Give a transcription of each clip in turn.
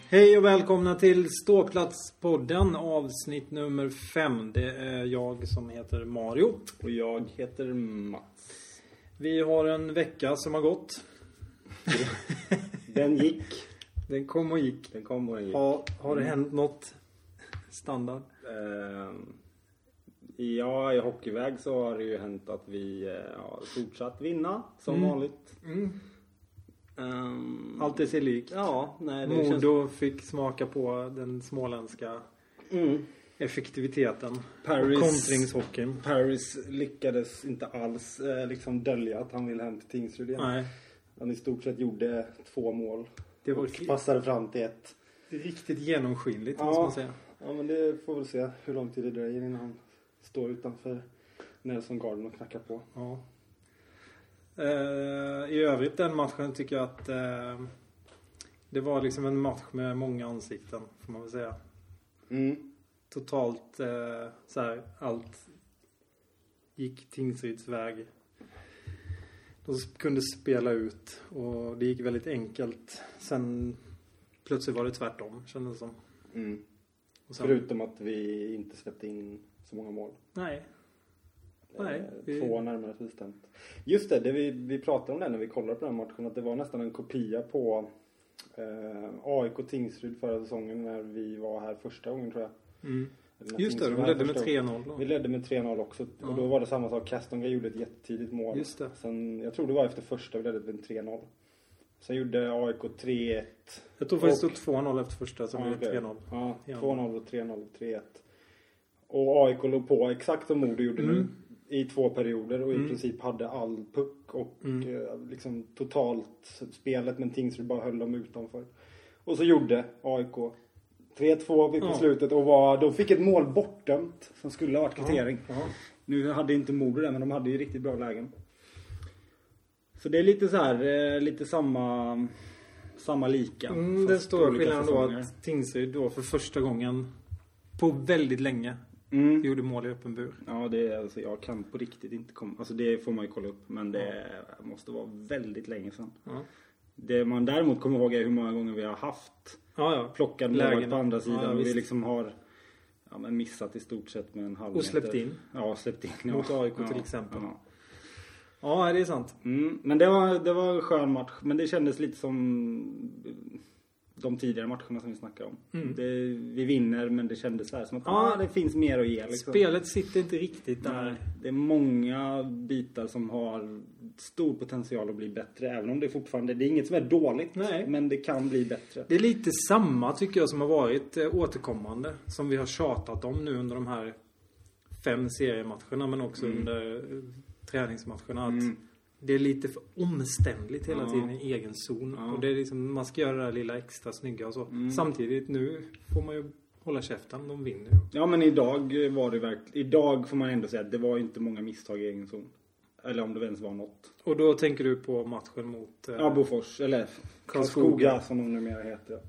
Hej och välkomna till Ståplatspodden, avsnitt nummer 5. Det är jag som heter Mario. Och jag heter Mats. Vi har en vecka som har gått. Den gick. Den kom och gick. Har det hänt något standard? Ja, i hockeyväg så har det ju hänt att vi har fortsatt vinna som vanligt. Allt är sig likt. Ja, nej, det Modo fick smaka på den småländska effektiviteten. Kontringshockeyn. Paris lyckades inte alls liksom dölja att han ville hem till Tingsryd igen. Nej. Han i stort sett gjorde 2 mål. Det var passade fram till 1. Riktigt genomskinligt, måste man säga. Ja, men det får väl se hur lång tid det dröjer innan han står utanför Nelson Garden och knackar på. Ja. I övrigt den matchen tycker jag att det var liksom en match med många ansikten, får man väl säga. Totalt så här, allt gick Tingsryds väg. De kunde spela ut och det gick väldigt enkelt. Sen plötsligt var det tvärtom, kändes det som. Och sen, förutom att vi inte släppte in så många mål. Nej. 2 närmare bestämt. Just det vi pratade om det när vi kollade på den här matchen, att det var nästan en kopia på AIK Tingsryd förra säsongen när vi var här första gången, tror jag. Just det, de ledde med 3-0 då. Vi ledde med 3-0 också. Och då var det samma sak. Kastonga gjorde ett jättetidigt mål. Just det. Sen, jag tror det var efter första vi ledde med 3-0. Sen gjorde AIK 3-1. Jag tror faktiskt det stod 2-0 efter första, så blev det 3-0. Ja, 2-0 och 3-0 och 3-1. Och AIK låg på exakt som Modo gjorde nu i 2 perioder och i princip hade all puck och liksom totalt spelet, men Tingsryd bara höll dem utanför. Och så gjorde AIK 3-2 på slutet och de fick ett mål bortdömt som skulle ha varit kvittering. Nu hade inte Modo det, men de hade ju riktigt bra lägen. Så det är lite så här, lite samma lika. Det står skillnaden då att Tingsryd då för första gången på väldigt länge gjorde mål i öppen bur. Ja, det är, alltså, jag kan på riktigt inte komma. Alltså det får man ju kolla upp, men det måste vara väldigt länge sedan. Det man däremot kommer ihåg är hur många gånger vi har haft plockad mål på andra sidan. Vi liksom har missat i stort sett med en halv meter. Och släppt in. Ja, släppt in. Mot AIK till exempel. Ja, det är sant. Men det var en skön match. Men det kändes lite som de tidigare matcherna som vi snackade om. Vi vinner, men det kändes så här som att det finns mer att ge. Liksom. Spelet sitter inte riktigt där. Nej, det är många bitar som har stor potential att bli bättre. Även om det fortfarande, det är inget som är dåligt. Nej. Men det kan bli bättre. Det är lite samma, tycker jag, som har varit återkommande. Som vi har tjatat om nu under de här 5 seriematcherna. Men också under träningsmatcherna. Att det är lite för omständligt hela tiden i egen zon. Och det är liksom, man ska göra det där lilla extra snygga och så. Samtidigt nu får man ju hålla käften, de vinner ju. Ja, men idag var det verkligen, idag får man ändå säga att det var inte många misstag i egen zon. Eller om det ens var något. Och då tänker du på matchen mot Bofors, eller Karlskoga som de numera heter.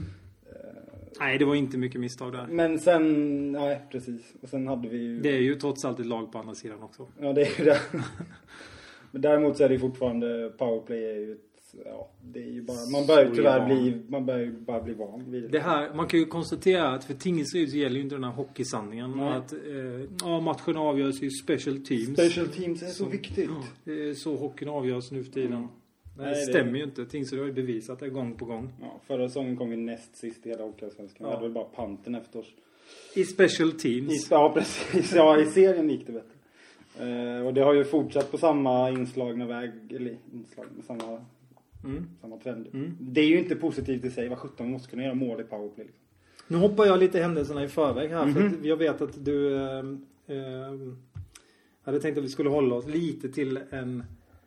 Nej, det var inte mycket misstag där. Men sen, nej precis. Och sen hade vi ju... Det är ju trots allt ett lag på andra sidan också. Ja, det är ju det. Men däremot så är det fortfarande, powerplay är ju det är ju bara, man börjar ju bara bli van vid det. Det här, man kan ju konstatera att för Tingsryd så gäller ju inte den här hockeysanningen. Att matchen avgörs i special teams. Special teams är så viktigt. Så hockeyn avgörs nu för tiden. Det stämmer ju inte. Tingsryd har ju bevisat det gång på gång. Ja, förra säsongen kom vi näst sist i hela hockeyallsvenskan. Vi hade väl bara panten efter oss. I special teams. Ja, precis. Ja, i serien gick det bättre. Och det har ju fortsatt på samma inslagna väg, eller samma trend. Det är ju inte positivt i sig. Vad 17 måste kunna göra mål i powerplay. Liksom. Nu hoppar jag lite händelserna i förväg här. För att jag vet att du hade tänkt att vi skulle hålla oss lite till en...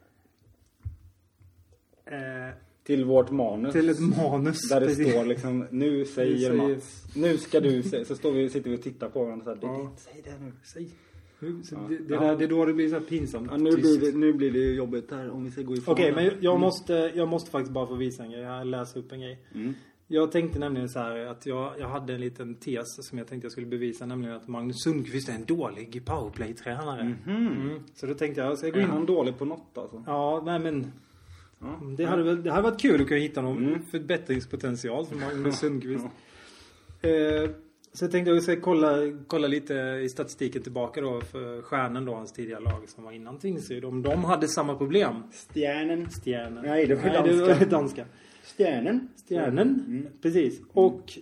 till vårt manus. Till ett manus. Där det står liksom, nu säger Mats. Nu ska du säga. Så sitter vi och tittar på varandra så här. Säg det nu. Säg. Det är då det blir så här pinsamt. Ja, nu blir det jobbigt här om vi ska gå ifrån. Okej, men jag måste faktiskt bara få visa en grej. Jag läser upp en grej. Jag tänkte nämligen så här att jag hade en liten tes som jag tänkte jag skulle bevisa, nämligen att Magnus Sundqvist är en dålig powerplay-tränare. Så då tänkte jag ska gå in. Är han dålig på något alltså? Ja, nej men Ja. Det hade varit kul att kunna hitta någon förbättringspotential för Magnus Sundqvist. Så jag tänkte att vi ska kolla lite i statistiken tillbaka då för Stjärnen då, hans tidigare lag som var innan Tingsryd. Om de hade samma problem. Stjärnen. Nej, det var danska. Stjärnen. Precis. Och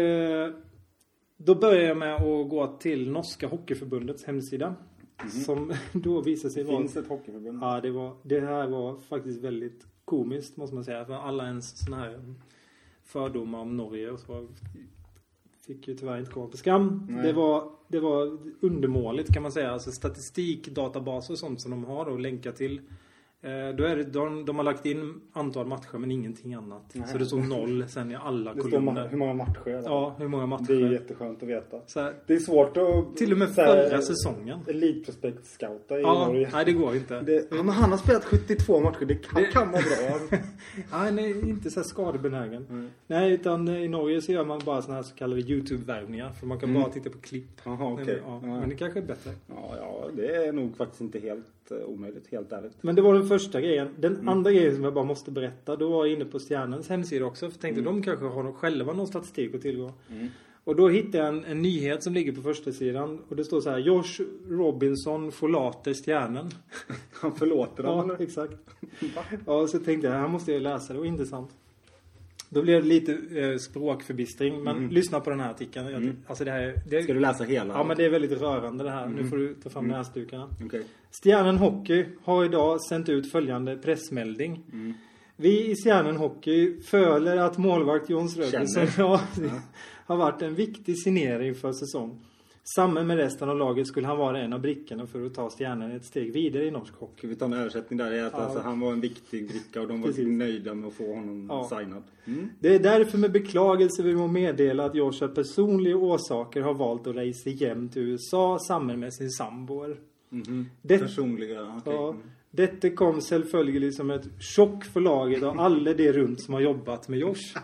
då börjar jag med att gå till Norska Hockeyförbundets hemsida. Som då visar sig vara... Finns ett hockeyförbund? Ja, det här var faktiskt väldigt komiskt måste man säga. För alla ens såna här fördomar om Norge och så fick ju tyvärr inte komma på skam. Det var undermåligt kan man säga. Alltså statistikdatabaser och sånt som de har och länkar till. Då är det, de har lagt in antal matcher men ingenting annat. Nej. Så det står 0 sen i alla kolumner. Det står hur många matcher. Eller? Ja, hur många matcher. Det är jätteskönt att veta. Så här, det är svårt att... Till och med förra säsongen. Elitprospekt-scouta i Norge. Nej, det går inte. Han har spelat 72 matcher. Det kan vara bra. Nej, inte så här skadebenägen. Nej, utan i Norge så gör man bara såna här så kallade YouTube-värvningar. För man kan bara titta på klipp. Aha, okay. Men det kanske är bättre. Ja, det är nog faktiskt inte helt omöjligt, helt ärligt. Men det var den första grejen. Den andra grejen som jag bara måste berätta, då var jag inne på Stjärnens hemsida också. För jag tänkte de kanske har själva någon statistik att tillgå. Och då hittade jag en nyhet som ligger på första sidan. Och det står så här: Josh Robinson förlåter Stjärnen. Han förlåter dem? Ja, exakt. Ja, så tänkte jag, här måste jag läsa, det var intressant. Då blev det lite språkförbistring. Men lyssna på den här artikeln. Alltså det ska du läsa hela? Ja, men det är väldigt rörande det här. Nu får du ta fram den här stukarna. Okay. Stjärnen Hockey har idag sänt ut följande pressmelding. Vi i Stjärnen Hockey följer att målvakt Jons Rödberg har varit en viktig signering för säsong. Samman med resten av laget skulle han vara en av brickorna för att ta Stjärnen ett steg vidare i norsk hockey. Vi tar en översättning där. Det är att alltså, han var en viktig bricka och de var nöjda med att få honom signad. Det är därför med beklagelse vi må meddela att Josh av personliga orsaker har valt att resa hem till USA samman med sin samboer. Personliga, okej. Detta kom självföljligt som ett chock för laget av alla de runt som har jobbat med Josh.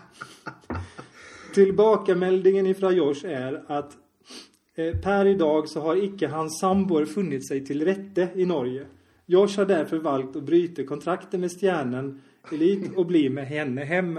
Tillbakameldingen ifrån Josh är att per idag så har icke hans samboer funnit sig till rätte i Norge. Josh har därför valt att bryta kontrakten med Stjärnen Elit och bli med henne hem.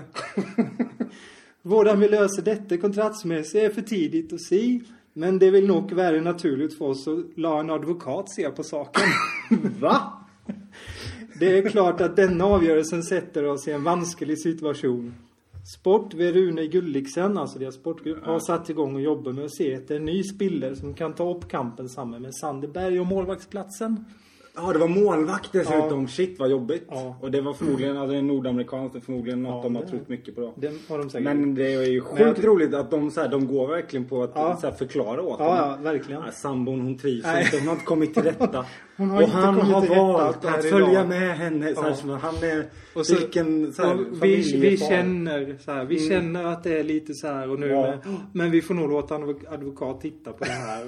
Hvordan vi löser detta kontraktsmässigt är för tidigt att se. Men det vill nog vara naturligt för oss att la en advokat se på saken. Va? Det är klart att denna avgörelsen sätter oss i en vanskelig situation. Sport vid Rune Gulliksen, alltså deras sportgrupp, har satt igång och jobbar med att se efter en ny spelare som kan ta upp kampen samman med Sanderberg och målvaktsplatsen. Ja, det var målvakt dessutom. Shit, vad jobbigt. Ja. Och det var förmodligen, alltså det nordamerikanskt, det är förmodligen något de har trott mycket på då. Det har de säkert. Men det är ju sjukt roligt att de går verkligen på att så här, förklara åt dem. Ja, verkligen. Sambon, hon trivs inte, hon har inte kommit till rätta. Han har valt att följa med henne. Så här, så han är och så, vilken så här, vi känner att det är lite så här och nu men vi får nog låta en advokat titta på det här.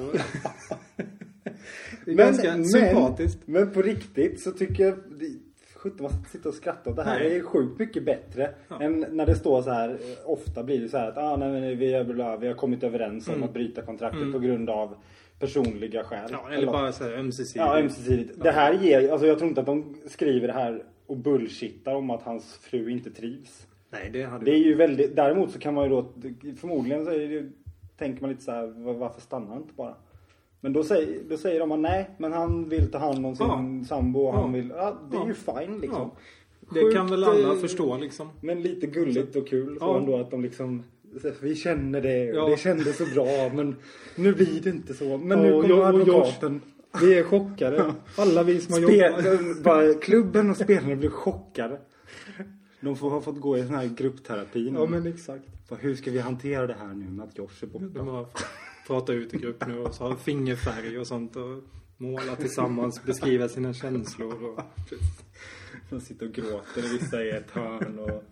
Det är ganska sympatiskt. Men på riktigt så tycker jag man sitter och skrattar åt det här. Det är sjukt mycket bättre än när det står så här. Ofta blir det så här att vi har kommit överens om att bryta kontraktet på grund av personliga skäl. Ja, eller bara så här ömsesidigt. Ja, ömsesidigt. Det här ger, alltså jag tror inte att de skriver det här och bullshittar om att hans fru inte trivs. Nej, det är ju väldigt, däremot så kan man ju då förmodligen så är det, tänker man lite så här, varför stannar han inte bara? Men då säger de att nej, men han vill ta hand om sin sambo och han vill, det är ju fine liksom. Ja. Det kan väl alla förstå liksom. Men lite gulligt och kul så ändå att de liksom, vi känner det och det kändes så bra, men nu blir det inte så. Men nu kommer advokaten. Vi är chockade. Alla vi som har jobbat. Klubben och spelarna blir chockade. De har fått gå i sån här gruppterapi nu. Ja, men exakt. För hur ska vi hantera det här nu med att Josh är borta? De har pratat ut i grupp nu och så har fingerfärg och sånt och måla tillsammans, beskriva sina känslor. Och... De sitter och gråter i vissa i ett hörn och...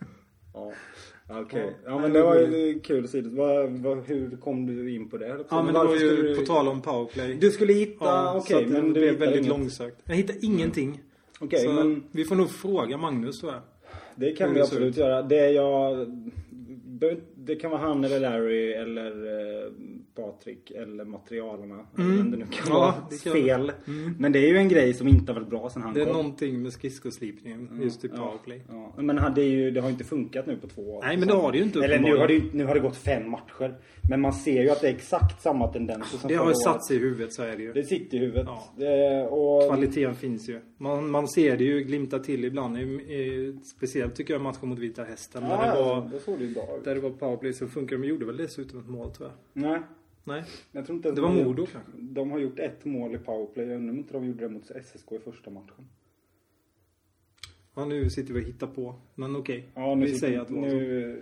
Okej. Ja, men det var ju kul sidigt. Hur kom du in på det? Ja, men det var ju på tal om powerplay. Du skulle hitta, okej, men det blev väldigt långsökt. Jag hittade ingenting. Okej, men vi får nog fråga Magnus så här. Det kan vi absolut göra. Det kan vara han eller Larry eller Patrik eller materialarna. Eller det nu kan vara fel. Mm. Men det är ju en grej som inte har varit bra sen han kom. Det är kom. någonting med skridskoslipningen just i powerplay. Ja. Men det har inte funkat nu på 2 år. Nej, men det har det ju inte. Eller nu har det gått 5 matcher. Men man ser ju att det är exakt samma tendenser som det har ju satt sig i huvudet, så är det ju. Det sitter i huvudet. Ja. Och kvaliteten finns ju. Man ser det ju glimta till ibland. Speciellt tycker jag matchen mot Vita Hästen. Där det var powerplay så funkar de. Gjorde väl dessutom ett mål, tror jag. Nej. Jag tror inte det var Modo kanske. De har gjort 1 mål i powerplay. Jag undrar inte de gjorde det mot SSK i första matchen. Ja, nu sitter vi och hittar på. Men okej. Ja, vi säger att det var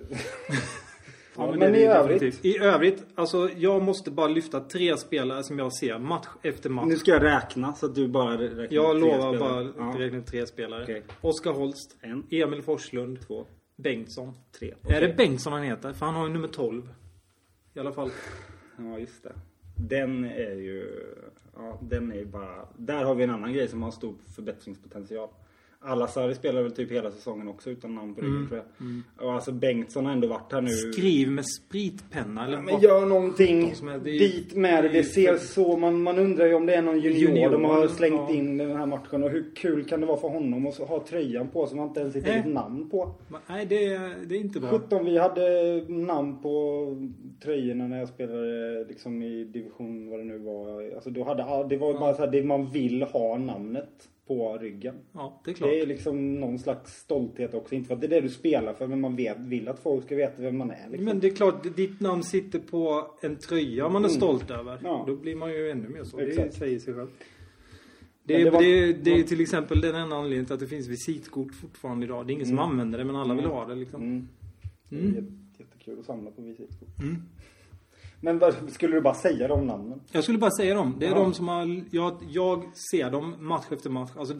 så. Ja, men i övrigt, alltså jag måste bara lyfta 3 spelare som jag ser match efter match. Nu ska jag räkna så att du bara räknar. Jag lovar bara räkna 3 spelare. Okay. Oskar Holst, 1, Emil Forslund, 2, Bengtsson, 3. Okay. Är det Bengtsson han heter? För han har ju nummer 12. I alla fall. Ja, just det. Den är ju bara... Där har vi en annan grej som har stor förbättringspotential. Alla Sarri spelar väl typ hela säsongen också utan namn på ryggen, tror jag. Och alltså Bengtsson har ändå varit här nu. Skriv med spritpenna eller men gör någonting dit med det. Det ser så, man undrar ju om det är någon junior de har slängt in den här matchen. Och hur kul kan det vara för honom att ha tröjan på som man inte ens hittar ett namn på. Nej, det är inte bra. 17, vi hade namn på tröjorna när jag spelade liksom i division, vad det nu var. Alltså då det var bara så här, det man vill ha namnet på ryggen. Ja, det är klart. Det är liksom någon slags stolthet också. Inte för att det är det du spelar för, men man vill att folk ska veta vem man är. Liksom. Men det är klart, ditt namn sitter på en tröja man är stolt över. Ja. Då blir man ju ännu mer så. Exakt. Det säger sig själv. Det är till exempel den enda anledningen till att det finns visitkort fortfarande idag. Det är ingen som använder det, men alla vill ha det. Liksom. Det är jättekul att samla på visitkort. Men skulle du bara säga de namnen? Jag skulle bara säga dem. Det är de som har... Jag ser dem match efter match. Alltså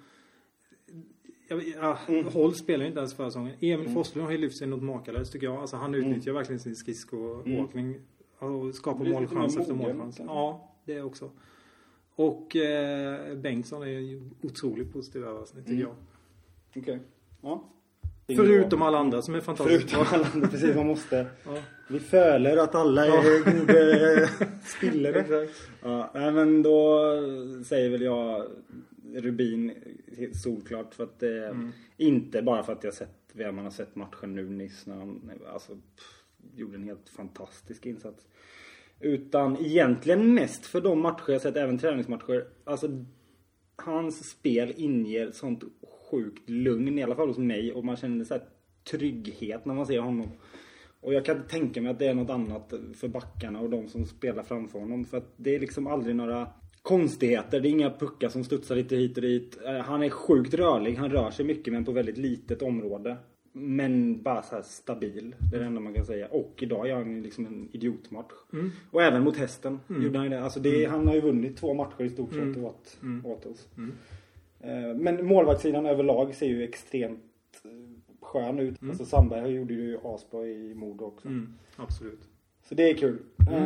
Håll spelar inte ens förra säsongen. Emil Forslund har ju lyft sig något makalöst, tycker jag. Alltså han utnyttjar verkligen sin skridskoåkning och skapar målchans efter målchans. Ja, det också. Och Bengtsson är ju otroligt positiv överraskning, tycker jag. Okej. Ja. Förutom alla andra som är fantastiska. Förutom alla andra, precis, man måste. Vi följer att alla är goda spillare. Ja, men då säger väl jag Rubin solklart, för att inte bara för att jag man har sett matchen nu nyss när han gjorde en helt fantastisk insats. Utan egentligen mest för de matcher jag sett, även träningsmatcher. Alltså hans spel inger sånt sjukt lugn, i alla fall hos mig, och man känner så här trygghet när man ser honom. Och jag kan inte tänka mig att det är något annat för backarna och de som spelar framför honom, för att det är liksom aldrig några konstigheter. Det är inga puckar som studsar lite hit och dit. Han är sjukt rörlig, han rör sig mycket men på väldigt litet område. Men bara så här stabil, det är det enda man kan säga. Och idag gör han liksom en idiotmatch. Och även mot Hästen gjorde han det. Alltså han har ju vunnit 2 matcher i stort sett åt oss. Men målvaktssidan överlag ser ju extremt skön ut. Alltså Sandberg gjorde ju asbra i Modo också. Absolut. Så det är kul.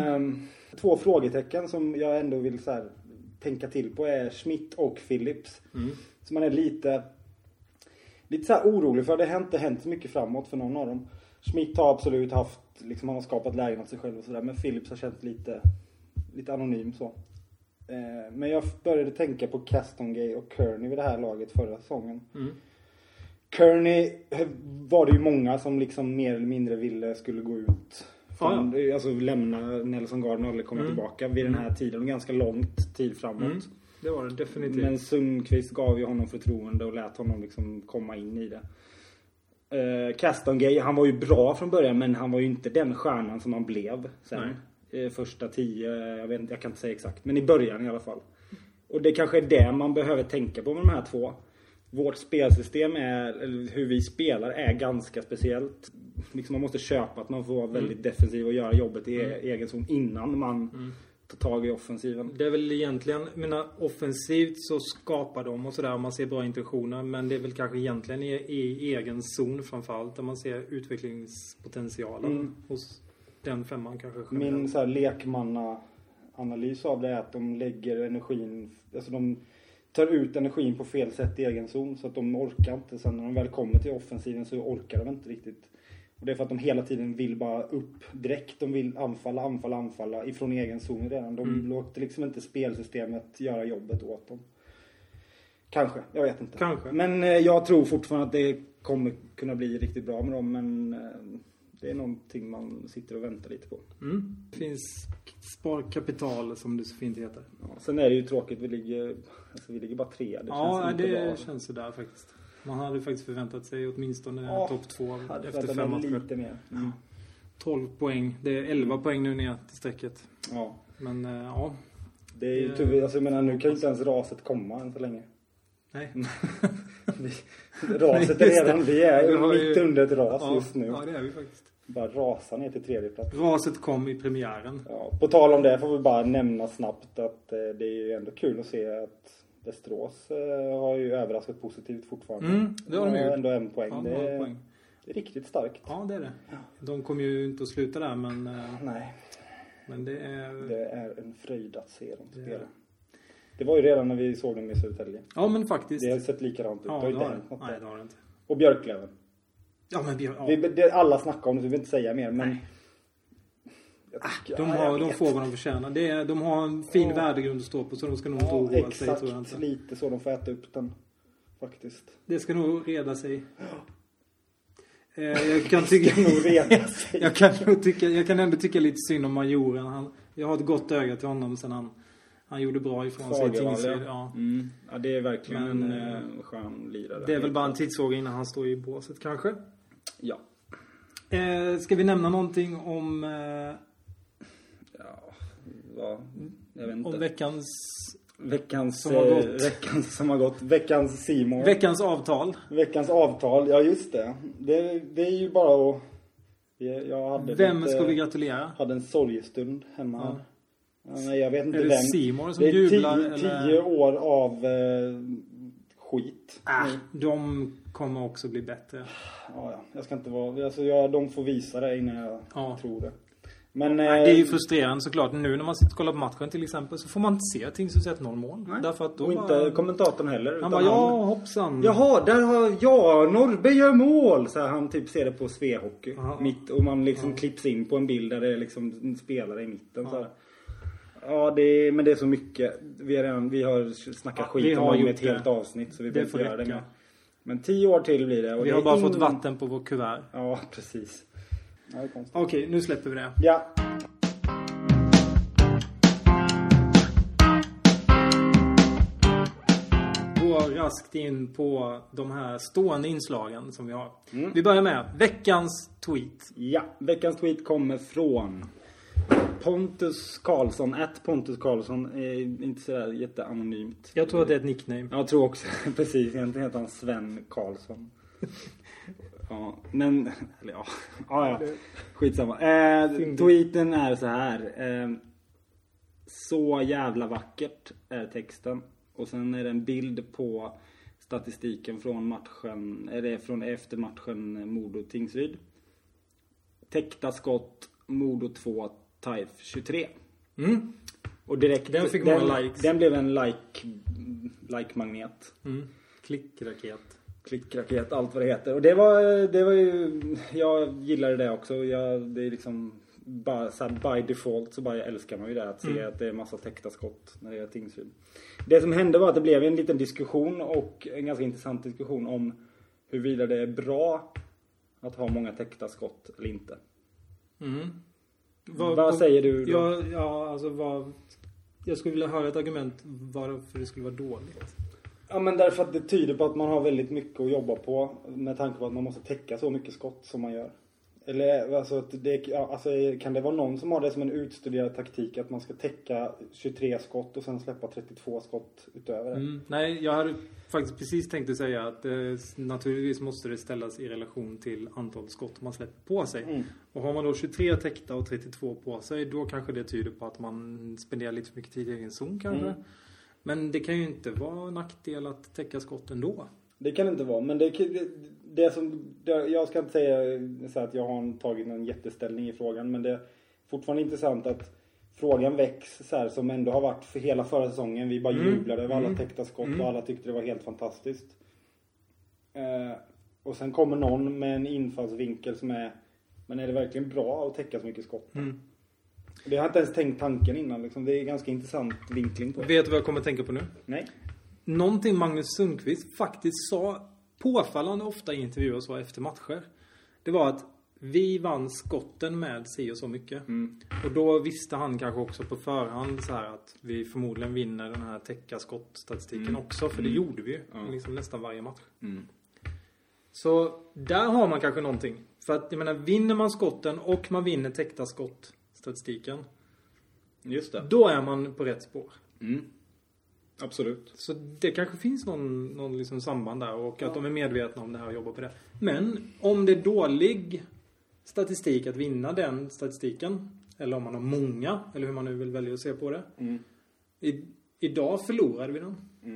2 frågetecken som jag ändå vill så här tänka till på är Schmidt och Phillips. Så man är lite så här orolig för det har inte hänt så mycket framåt för någon av dem. Schmidt har absolut haft, liksom, han har skapat lägen åt sig själv och sådär, men Phillips har känts lite anonym så. Men jag började tänka på Castongay och Kearney vid det här laget förra säsongen. Kearney var det ju många som liksom mer eller mindre ville skulle gå ut. Alltså lämna Nelson Gardner eller komma tillbaka vid den här tiden. Ganska långt tid framåt. Det var det definitivt. Men Sundqvist gav ju honom förtroende och lät honom liksom komma in i det. Castongay, han var ju bra från början, men han var ju inte den stjärnan som han blev sen. Första 10, jag kan inte säga exakt, men i början i alla fall. Och det kanske är det man behöver tänka på med de här 2. Vårt spelsystem eller hur vi spelar är ganska speciellt. Liksom man måste köpa att man får vara väldigt defensiv och göra jobbet i egen zon innan man tar tag i offensiven. Det är väl egentligen, offensivt så skapar de och sådär, man ser bra intentioner, men det är väl kanske egentligen i egen zon framförallt där man ser utvecklingspotentialen hos den 5:an kanske. Min så här lekmannaanalys av det är att de lägger energin, alltså de tar ut energin på fel sätt i egen zon, så att de orkar inte. Sen när de väl kommer till offensiven så orkar de inte riktigt. Och det är för att de hela tiden vill bara upp direkt. De vill anfalla ifrån egen zon redan. De låter liksom inte spelsystemet göra jobbet åt dem. Kanske, jag vet inte. Kanske. Men jag tror fortfarande att det kommer kunna bli riktigt bra med dem. Men det är någonting man sitter och väntar lite på. Det finns sparkapital som det så fint heter. Ja, sen är det ju tråkigt, vi ligger bara 3. Det känns så där faktiskt. Man hade faktiskt förväntat sig åtminstone topp 2 efter 5 matcher. Lite mer. 12 poäng. Det är 11 poäng nu ner till strecket. Ja. Men ja. Det är ju tyvärr, alltså jag menar, nu kan ju inte ens raset komma än så länge. Nej. Raset är redan, vi är mitt under ett ras just nu. Ja, det är vi faktiskt. Bara rasa ner till 3:e plats. Raset kom i premiären. Ja, på tal om det får vi bara nämna snabbt att det är ju ändå kul att se att Västerås har ju överraskat positivt fortfarande. Det har de ju. Ändå 1 poäng. Ja, Det är riktigt starkt. Ja, det är det. De kommer ju inte att sluta där, men... Nej. Men det är... Det är en fröjd att se dem spela. Det var ju redan när vi såg dem i Södertälje. Ja, men faktiskt. Det har sett likadant ut. Ja, Nej, det har det inte. Och Björklöven. Ja, men Alla snackar om det, så vi vill inte säga mer. Men de får vad de förtjänar. De har en fin värdegrund att stå på, så de ska nog inte oroa sig, tror jag inte. Lite så de får äta upp den, faktiskt. Det ska nog reda sig. Jag kan ändå tycka lite synd om majoren. Jag har ett gott öga till honom sen han gjorde bra ifrån sig i Tingsryd. Ja. Ja, det är verkligen en skön lirare. Det är väl bara en tidsfråga innan han står i båset kanske. Ja. Ska vi nämna någonting om... jag vet inte. Om veckans som har gått. Veckans Simon. Veckans avtal. Veckans avtal, ja just det. Det är ju bara att... Vem ska vi gratulera? Hade en sorgestund hemma. Ja. Jag vet inte är det Simon som jublar? Det är 10 år av skit. De kommer också bli bättre. Ja. Jag ska inte vara... Alltså, de får visa det innan jag tror det. Men, det är ju frustrerande såklart. Nu när man sitter och kollar på matchen till exempel, så får man inte se Tingsryd 0 mål. Därför att och inte kommentatorn heller. Han bara, hoppsan. Jaha, där har Norrberg gör mål. Så han typ ser det på Svehockey. Mitt, och man liksom klipps in på en bild där det är liksom en spelare i mitten. Så här. Ja, men det är så mycket. Vi har snackat skit om ett helt avsnitt, så vi behöver göra det med. Men 10 år till blir det. Och vi har bara fått vatten på vår kuvert. Ja, precis. Okej, nu släpper vi det. Ja. Går raskt in på de här stående inslagen som vi har. Vi börjar med veckans tweet. Ja, veckans tweet kommer från Pontus Karlsson. Pontus Karlsson är inte sådär jätteanonymt. Jag tror att det är ett nickname. Jag tror också, precis. Egentligen heter han Sven Karlsson. Ja, men... Eller ja. Skitsamma. Tweeten är så här. Så jävla vackert är texten. Och sen är det en bild på statistiken från matchen. Eller från efter matchen Modo-Tingsryd. Täckta skott, Modo 2, Taif 23. Och direkt... Den fick många likes. Den blev en like-magnet. Klickraket, allt vad det heter. Och det var ju... Jag gillade det också. Det är liksom... Bara så här, by default så bara älskar man ju det. Att se att det är massa täckta skott när det är Tingsryd. Det som hände var att det blev en liten diskussion. Och en ganska intressant diskussion om huruvida det är bra att ha många täckta skott eller inte. Vad säger du då? Jag skulle vilja höra ett argument varför det skulle vara dåligt. Ja, men därför att det tyder på att man har väldigt mycket att jobba på. Med tanke på att man måste täcka så mycket skott som man gör. Eller kan det vara någon som har det som en utstuderad taktik att man ska täcka 23 skott och sen släppa 32 skott utöver det? Nej, jag hade faktiskt precis tänkt att säga att naturligtvis måste det ställas i relation till antal skott man släpper på sig. Och har man då 23 täckta och 32 på sig, då kanske det tyder på att man spenderar lite för mycket tid i egen zon kanske. Men det kan ju inte vara en nackdel att täcka skott ändå. Det kan inte vara, men jag ska inte säga så att jag har tagit någon jätteställning i frågan, men det är fortfarande intressant att frågan väcks så här, som ändå har varit för hela förra säsongen. Vi bara jublade över alla täckta skott och alla tyckte det var helt fantastiskt. Och sen kommer någon med en infallsvinkel som är Men är det verkligen bra att täcka så mycket skott? Det har jag inte ens tänkt tanken innan. Liksom. Det är ganska intressant vinkling på. Vet du vad jag kommer att tänka på nu? Nej. Någonting Magnus Sundqvist faktiskt sa påfallande ofta i intervjuer och så efter matcher. Det var att vi vann skotten med si och så mycket. Och då visste han kanske också på förhand så här att vi förmodligen vinner den här täcka skottstatistiken också. För det gjorde vi ju liksom nästan varje match. Så där har man kanske någonting. För att jag menar, vinner man skotten och man vinner täckta skottstatistiken. Just det. Då är man på rätt spår. Absolut. Så det kanske finns någon liksom samband där. Och att de är medvetna om det här och jobbar på det. Men om det är dålig statistik att vinna den statistiken. Eller om man har många. Eller hur man nu vill välja att se på det. Idag förlorade vi den.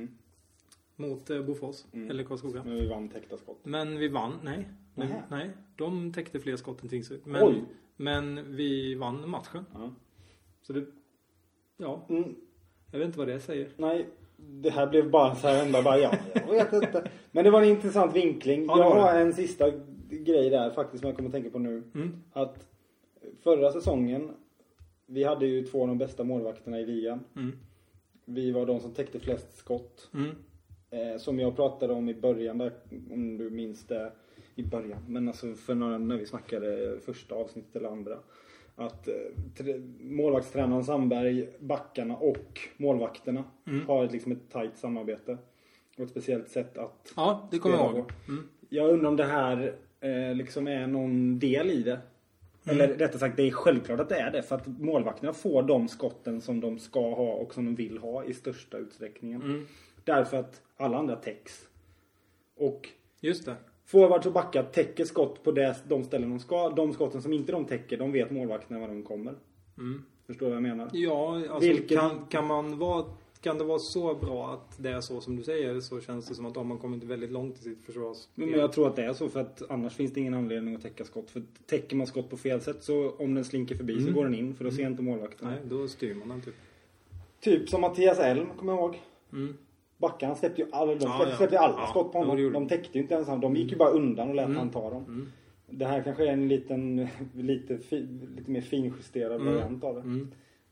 Mot Bofors. Eller Karlskoga. Men vi vann täckta skott. Men vi vann, nej. De täckte fler skott än Tingsryd. Men vi vann matchen. Så det... Ja. Jag vet inte vad det säger. Nej, det här blev bara så här ända jag vet inte. Men det var en intressant vinkling. Jag har en sista grej där faktiskt som jag kommer att tänka på nu. Att förra säsongen, vi hade ju 2 av de bästa målvakterna i ligan. Vi var de som täckte flest skott. Som jag pratade om i början där, om du minns det i början. Men alltså när vi snackade första avsnittet eller andra. Att målvaktstränaren Sandberg, backarna och målvakterna har liksom ett tajt samarbete. Och ett speciellt sätt att... Ja, det kommer jag ihåg. Jag undrar om det här liksom är någon del i det. Eller rättare sagt, det är självklart att det är det. För att målvakterna får de skotten som de ska ha och som de vill ha i största utsträckningen. Därför att alla andra täcks. Och just det. Forwards och backar täcker skott på de ställen de ska. De skotten som inte de täcker, de vet målvakterna var de kommer. Förstår du vad jag menar? Ja, alltså kan det vara så bra att det är så som du säger, så känns det som att om man kommer inte väldigt långt i sitt försvars. Men jag tror att det är så, för att annars finns det ingen anledning att täcka skott. För täcker man skott på fel sätt, så om den slinker förbi så går den in, för då ser inte målvakten. Nej, då styr man den typ. Typ som Mattias Elm, kommer jag ihåg. Backarna släppte ju alla skott på honom. De täckte ju inte ens han. De gick ju bara undan och lät han ta dem. Det här kanske är en lite mer finjusterad variant av det.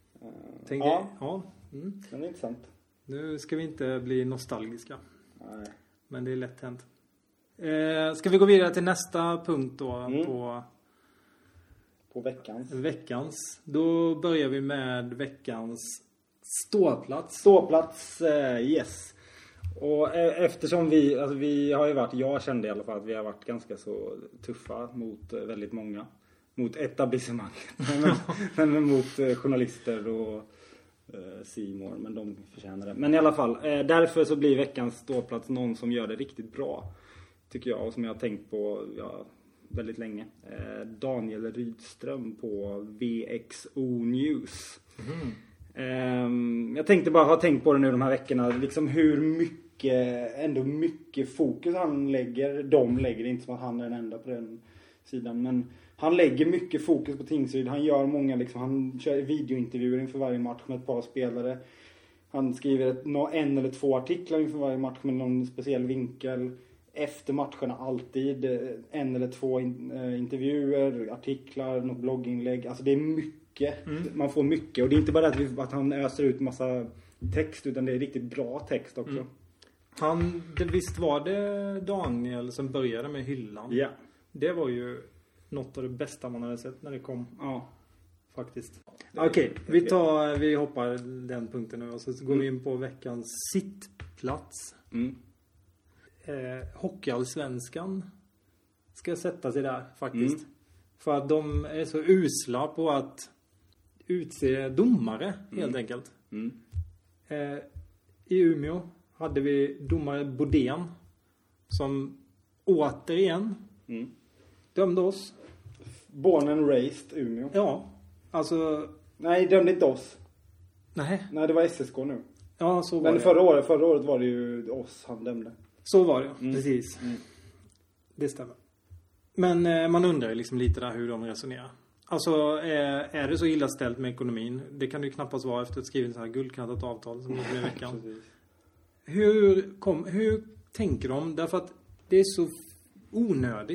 Den är intressant. Nu ska vi inte bli nostalgiska. Nej. Men det är lätt hänt. Ska vi gå vidare till nästa punkt då på veckans. Då börjar vi med veckans ståplats. Yes. Och eftersom vi har ju varit, jag kände i alla fall att vi har varit ganska så tuffa mot väldigt många. Mot etablissemang. men mot journalister och C-more, men de förtjänar det. Men i alla fall, därför så blir veckans ståplats någon som gör det riktigt bra. Tycker jag, och som jag har tänkt på väldigt länge. Daniel Rydström på VXO News. Jag tänkte bara ha tänkt på det nu de här veckorna. Liksom hur mycket fokus han lägger. De lägger, inte som att han är den enda på den sidan. Men han lägger mycket fokus på Tingsryd. Han gör många, han kör videointervjuer inför varje match med ett par spelare. Han skriver en eller 2 artiklar inför varje match med någon speciell vinkel. Efter matcherna alltid 1 eller 2 intervjuer, artiklar, något blogginlägg. Alltså det är mycket. Man får mycket. Och det är inte bara att han öser ut massa text, utan det är riktigt bra text också. Visst var det Daniel som började med hyllan? Ja. Det var ju något av det bästa man hade sett när det kom. Ja. Faktiskt. Okej, vi hoppar den punkten nu och så går vi in på veckans sittplats. Hockeyallsvenskan ska sätta sig där faktiskt. För att de är så usla på att utse domare helt enkelt. I Umeå hade vi domare Bodén som återigen dömde oss. Born and raised Umeå. Ja, alltså... Nej, dömde inte oss. Nej, det var SSK nu. Ja, så var det. Men förra året var det ju oss han dömde. Så var det, precis. Det stämmer. Men man undrar ju liksom lite där hur de resonerar. Alltså, är det så illa ställt med ekonomin? Det kan det ju knappast vara efter att skriva så här guldkantat avtal som det blev i veckan. Hur tänker de? Därför att det är så onödigt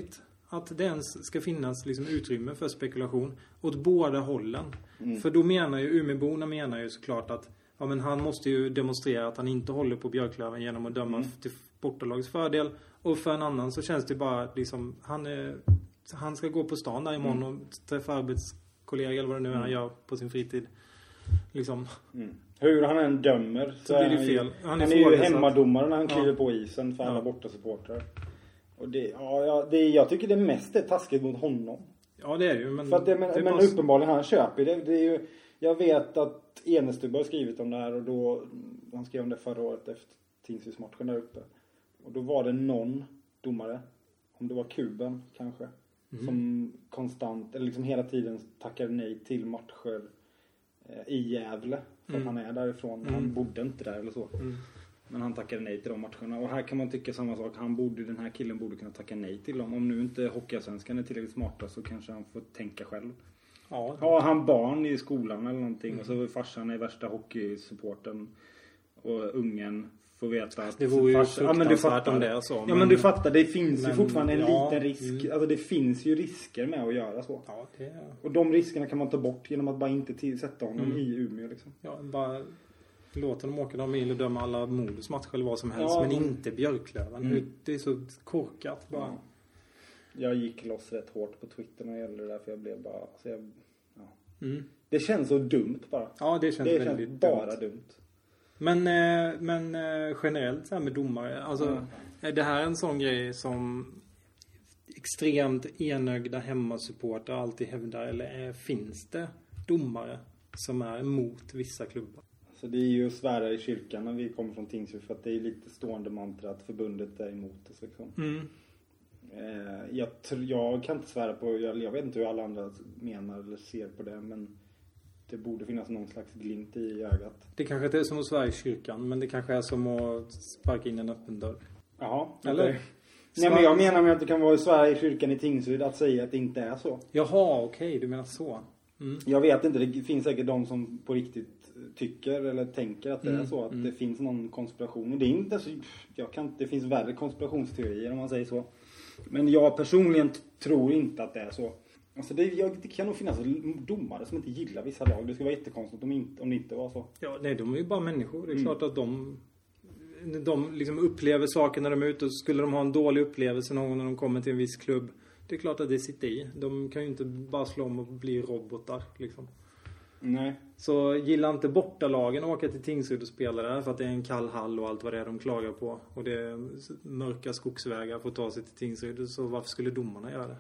att det ens ska finnas liksom utrymme för spekulation åt båda hållen. För då menar ju Umeåborna menar ju såklart att ja, men han måste ju demonstrera att han inte håller på Björklöven genom att döma till bortalagets fördel. Och för en annan så känns det bara liksom han ska gå på stan där imorgon och träffa arbetskollegor eller vad det nu är han gör på sin fritid. Liksom. Hur han än dömer så blir det fel. Han är ju hemmadomare när han kliver på isen för alla bortasupportrar. Och jag tycker det mest är taskigt mot honom. Ja, det är det ju. Men, för att men uppenbarligen han köper det. Det är ju, jag vet att Enestubb har skrivit om det här och då han skrev om det förra året efter Tingsrydsmatchen där uppe. Och då var det någon domare, om det var Kuben kanske, som konstant, eller liksom hela tiden tackade nej till matcher i Gävle. För att han är därifrån. Han bodde inte där eller så. Men han tackade nej till de matcherna. Och här kan man tycka samma sak. Den här killen borde kunna tacka nej till dem. Om nu inte Hockeyallsvenskan är tillräckligt smarta så kanske han får tänka själv. Ja. Har han barn i skolan eller någonting och så farsan är värsta hockeysupporten och ungen får veta att det vore ju fruktansvärt om det är så. Ja, men du fattar, det finns ju fortfarande en liten risk. Alltså det finns ju risker med att göra så. Ja, det är... Och de riskerna kan man ta bort genom att bara inte sätta honom i Umeå liksom. Ja, bara låta dem åka några mil och döma alla Modos matcher eller vad som helst. Men inte Björklöven. Det är så korkat bara. Ja. Jag gick loss rätt hårt på Twitter när det gällde det där för jag blev bara... Det känns så dumt bara. Ja, det känns väldigt bara dumt. Men generellt så här med domare, alltså är det här en sån grej som extremt enögda hemmasupporter alltid hävdar, eller finns det domare som är emot vissa klubbar? Så det är ju att svära i kyrkan när vi kommer från Tingsryd, för att det är lite stående mantra att förbundet är emot oss liksom. Jag kan inte svära på, jag vet inte hur alla andra menar eller ser på det, men det borde finnas någon slags glimt i ögat. Det kanske inte är som att svära i kyrkan, men det kanske är som att sparka in en öppen dörr. Jaha, eller? Nej, men jag menar med att det kan vara svära i kyrkan i Tingsryd att säga att det inte är så. Jaha, okej, du menar så. Jag vet inte, det finns säkert de som på riktigt tycker eller tänker att det är så, att det finns någon konspiration. Och det är inte så, det finns värre konspirationsteorier om man säger så. Men jag personligen tror inte att det är så. Alltså det kan nog finnas domare som inte gillar vissa lag. Det skulle vara jättekonstigt om det inte var så. Ja, nej, de är ju bara människor. Det är klart att de liksom upplever saker när de är ute. Och skulle de ha en dålig upplevelse någon gång när de kommer till en viss klubb, det är klart att det sitter i. De kan ju inte bara slå om och bli robotar liksom. Nej. Så gillar inte bortalagen att åka till Tingsryd och spela där för att det är en kall hall och allt vad det är de klagar på. Och det är mörka skogsvägar för att ta sig till Tingsryd. Så varför skulle domarna göra det?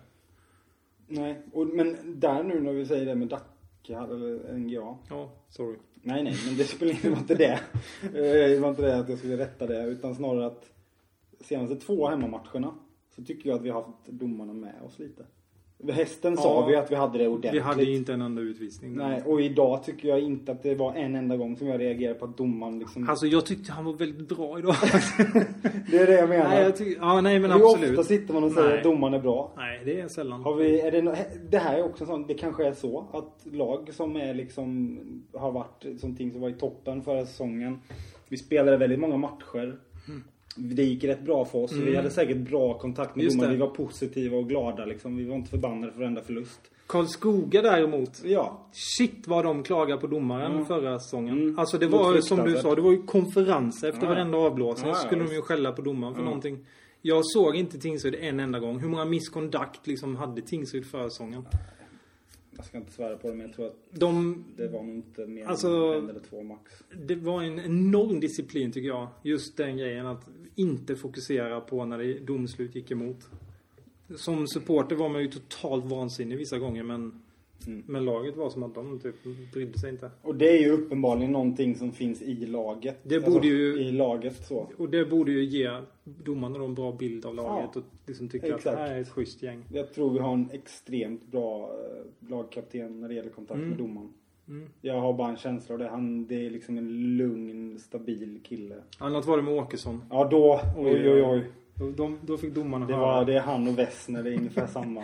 Nej, men där nu när vi säger det med Dacka eller NGA. Ja, sorry. Nej, men det var inte det. Det var inte det att jag skulle rätta det, utan snarare att senaste 2 hemmamatcherna så tycker jag att vi har haft domarna med oss lite. Hästen sa vi att vi hade det ordentligt. Vi hade inte en enda utvisning. Nej, och idag tycker jag inte att det var en enda gång som jag reagerade på att domaren liksom... Alltså jag tyckte han var väldigt bra idag. Det är det jag menar. Nej, men absolut. Hur ofta sitter man och säger att domaren är bra? Nej, det är sällan. Det här är också sånt, det kanske är så att lag som är liksom har varit sånting som var i toppen förra säsongen. Vi spelade väldigt många matcher. Det gick rätt bra för oss. Vi hade säkert bra kontakt med domare. Vi var positiva och glada liksom. Vi var inte förbannade för varenda förlust. Karlskoga däremot. Ja. Shit vad de klagar på domaren förra säsongen. Alltså det var som du sa, det var ju konferenser efter varenda avblåsning. Så skulle de ju skälla på domaren för någonting. Jag såg inte Tingsryd en enda gång. Hur många misconduct liksom hade Tingsryd förra säsongen? Jag ska inte svära på det, men jag tror att det var nog inte mer än 1 eller 2 max. Det var en enorm disciplin tycker jag. Just den grejen att inte fokusera på när det domslut gick emot. Som supporter var man ju totalt vansinnig vissa gånger, men laget var som att de typ brydde sig inte. Och det är ju uppenbarligen någonting som finns i laget. Det borde i laget så. Och det borde ju ge domarna en bra bild av laget och liksom tycka att det här är ett schysst gäng. Jag tror vi har en extremt bra lagkapten när det gäller kontakt med domaren. Jag har bara en känsla av det. Det är liksom en lugn, stabil kille. Annat var det med Åkesson. Ja, då. Oj. Då fick domarna höra. Det är han och Wessner, det är ungefär samma.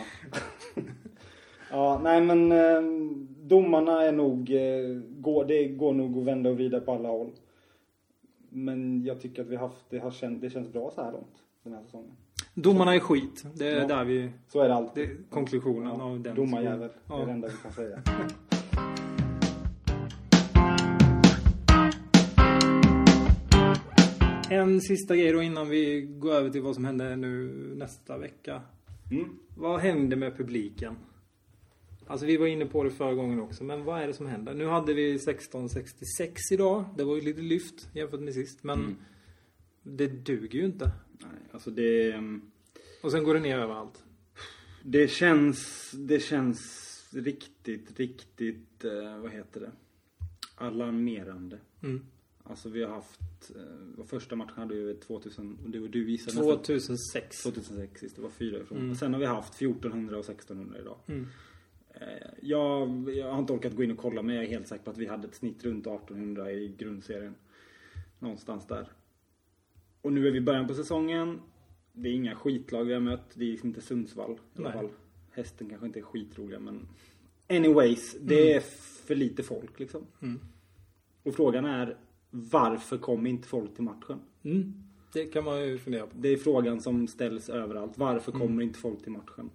Ja, nej men domarna är nog det går nog att vända och vrida på alla håll. Men jag tycker att det känns bra så här långt den här säsongen. Domarna är skit. Det är där vi... Så är det alltid. Det är konklusionen av den. Domarjävel. Det är det enda vi kan säga. En sista grej då innan vi går över till vad som händer nu nästa vecka. Vad händer med publiken? Alltså vi var inne på det förra gången också. Men vad är det som händer? Nu hade vi 1666 idag. Det var ju lite lyft jämfört med sist. Men det duger ju inte. Nej, alltså det... Och sen går det ner överallt. Det känns riktigt, vad heter det? Alarmerande. Alltså vi har haft, första matchen hade vi 2000, och det var du visade 2006. 2006, det var 4 ifrån. Sen har vi haft 1400 och 1600 idag. Jag har inte orkat gå in och kolla, men jag är helt säker på att vi hade ett snitt runt 1800 i grundserien. Någonstans där. Och nu är vi i början på säsongen. Det är inga skitlag vi har mött. Det är inte Sundsvall i alla fall. Hästen kanske inte är skitroliga, men anyways, det är för lite folk liksom. Och frågan är, varför kommer inte folk till matchen? Det kan man ju fundera på. Det är frågan som ställs överallt. Varför kommer inte folk till matchen?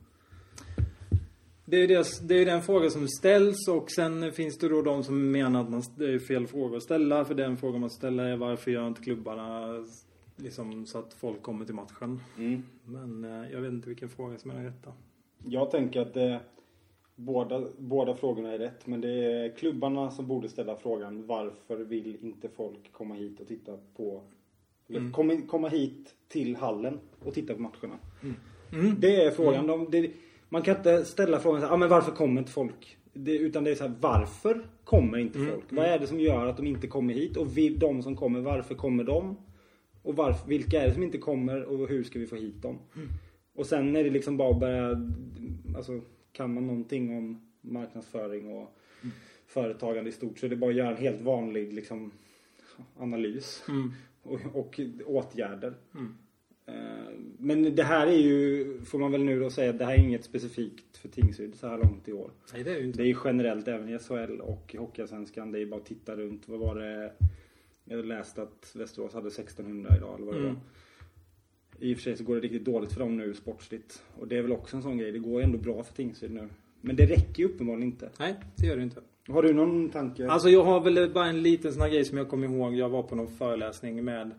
Det är den fråga som ställs, och sen finns det då de som menar att det är fel fråga att ställa. För den frågan man ställer är, varför gör inte klubbarna liksom så att folk kommer till matchen? Men jag vet inte vilken fråga som är den rätta. Jag tänker att båda frågorna är rätt, men det är klubbarna som borde ställa frågan, varför vill inte folk komma hit och titta på komma hit till hallen och titta på matcherna? Det är frågan. Man kan inte ställa frågan så här, men varför kommer inte folk? Utan det är så här, varför kommer inte folk? Vad är det som gör att de inte kommer hit? Och de som kommer, varför kommer de? Och vilka är det som inte kommer, och hur ska vi få hit dem? Och sen är det liksom bara att börja, alltså, kan man någonting om marknadsföring och företagande i stort, så är det bara att göra en helt vanlig liksom analys och åtgärder. Men det här är ju, får man väl nu då säga, det här är inget specifikt för Tingsryd så här långt i år. Nej, det är ju inte. Det är ju generellt även i SHL och Hockeyallsvenskan. Det är bara att titta runt. Vad var det? Jag läste att Västerås hade 1600 idag eller vad det var. I och för sig så går det riktigt dåligt för dem nu sportsligt. Och det är väl också en sån grej. Det går ändå bra för Tingsryd nu. Men det räcker ju uppenbarligen inte. Nej, det gör det inte. Har du någon tanke? Alltså jag har väl bara en liten sån här grej som jag kommer ihåg. Jag var på någon föreläsning med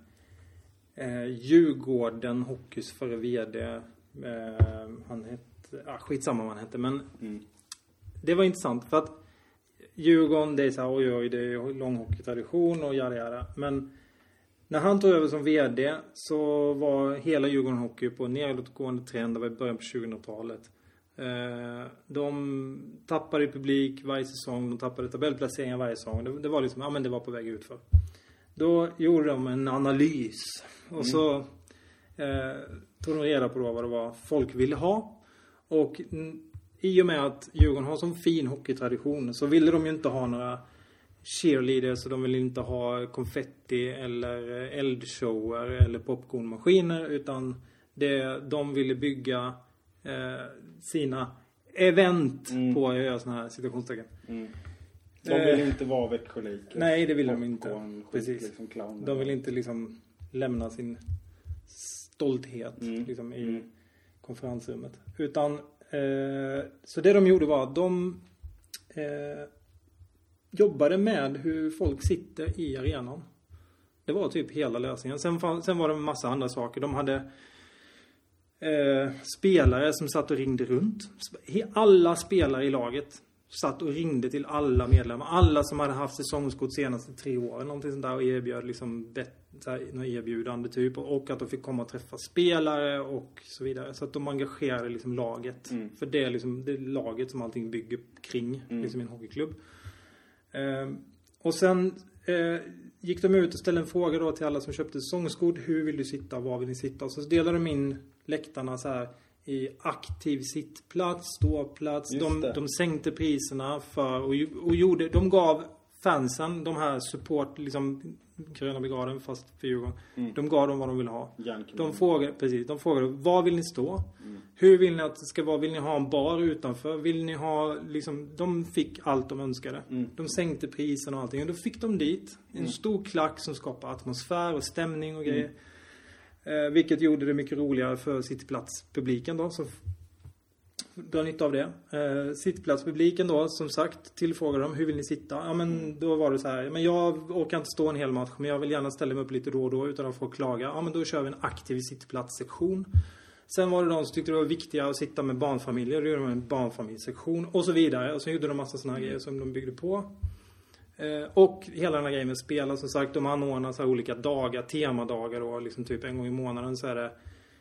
Djurgården Hockeys förre vd. Han hette, skitsamma vad han hette. Men det var intressant för att Djurgården, det är så här, oj, det är lång hockeytradition och jada. Men när han tog över som vd så var hela Djurgården Hockey på nedåtgående trend. Det var i början på 2000-talet. De tappade publik varje säsong. De tappade tabellplaceringar varje säsong. Det var liksom, ja men det var på väg utför. Då gjorde de en analys. Och så tog de reda på då vad det var folk ville ha. Och i och med att Djurgården har sån fin hockeytradition så ville de ju inte ha några cheerleaders, så de ville inte ha konfetti eller eldshower eller popcornmaskiner, utan de ville bygga sina event på att göra såna här situationstecken. De vill inte vara Växjöliker. Nej, det vill de inte. Precis. Liksom de vill inte liksom lämna sin stolthet liksom i konferensrummet. Utan så det de gjorde var att de jobbade med hur folk sitter i arenan. Det var typ hela lösningen. Sen var det en massa andra saker. De hade spelare som satt och ringde runt. Alla spelare i laget satt och ringde till alla medlemmar. Alla som hade haft säsongskort senaste 3 åren. Någonting sånt där, och erbjöd liksom något erbjudande typ. Och att de fick komma och träffa spelare och så vidare. Så att de engagerade liksom laget. För det är liksom det laget som allting bygger kring. Liksom en hockeyklubb. Och sen gick de ut och ställde en fråga då till alla som köpte säsongskort. Hur vill du sitta? Var vill ni sitta? Och så delade de in läktarna så här i aktiv sittplats, ståplats. De sänkte priserna för och gjorde, de gav fansen de här support, liksom gröna brigaden fast för Djurgården. De gav dem vad de ville ha. De frågade vad vill ni stå? Hur vill ni att det ska vara? Vill ni ha en bar utanför? Vill ni ha liksom, de fick allt de önskade. De sänkte priserna och allting, och då fick de dit en stor klack som skapar atmosfär och stämning och grejer. Vilket gjorde det mycket roligare för sittplatspubliken då, som drar nytta av det. Sittplatspubliken då, som sagt, tillfrågade dem, hur vill ni sitta? Ja, men då var det så här, men jag orkar inte stå en hel match, men jag vill gärna ställa mig upp lite då och då utan att få klaga. Ja, men då kör vi en aktiv sittplatssektion. Sen var det de som tyckte det var viktigare att sitta med barnfamiljer. Då gjorde de en barnfamiljsektion och så vidare. Och så gjorde de massa sådana grejer som de byggde på. Och hela den här grejen med spela, som sagt, de anordnar så här olika dagar, temadagar då, liksom typ en gång i månaden så är det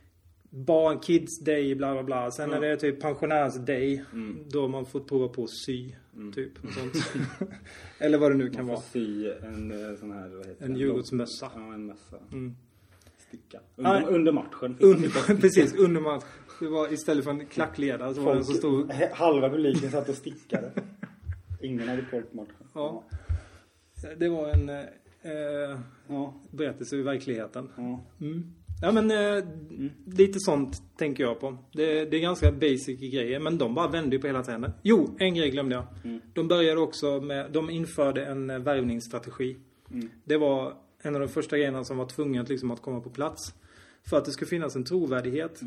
kids day, bla bla bla. Sen är det typ pensionärs day, då man får prova på att sy, typ. Och sånt. Eller vad det nu kan vara. Man får sy en sån här, vad heter en Djurgårdsmössa. Ja, en mössa. Sticka. Under matchen. Precis, under matchen. Det var istället för en klackledare så var det så stor. Halva publiken satt och stickade. Ingen hade koll på matchen. Ja. Det var en berättelse ur verkligheten. Ja, men lite sånt tänker jag på. Det är ganska basic grejer, men de bara vände ju på hela tiden. Jo, en grej glömde jag. De började också med, de införde en värvningsstrategi. Det var en av de första grejerna som var tvungen liksom att komma på plats. För att det skulle finnas en trovärdighet.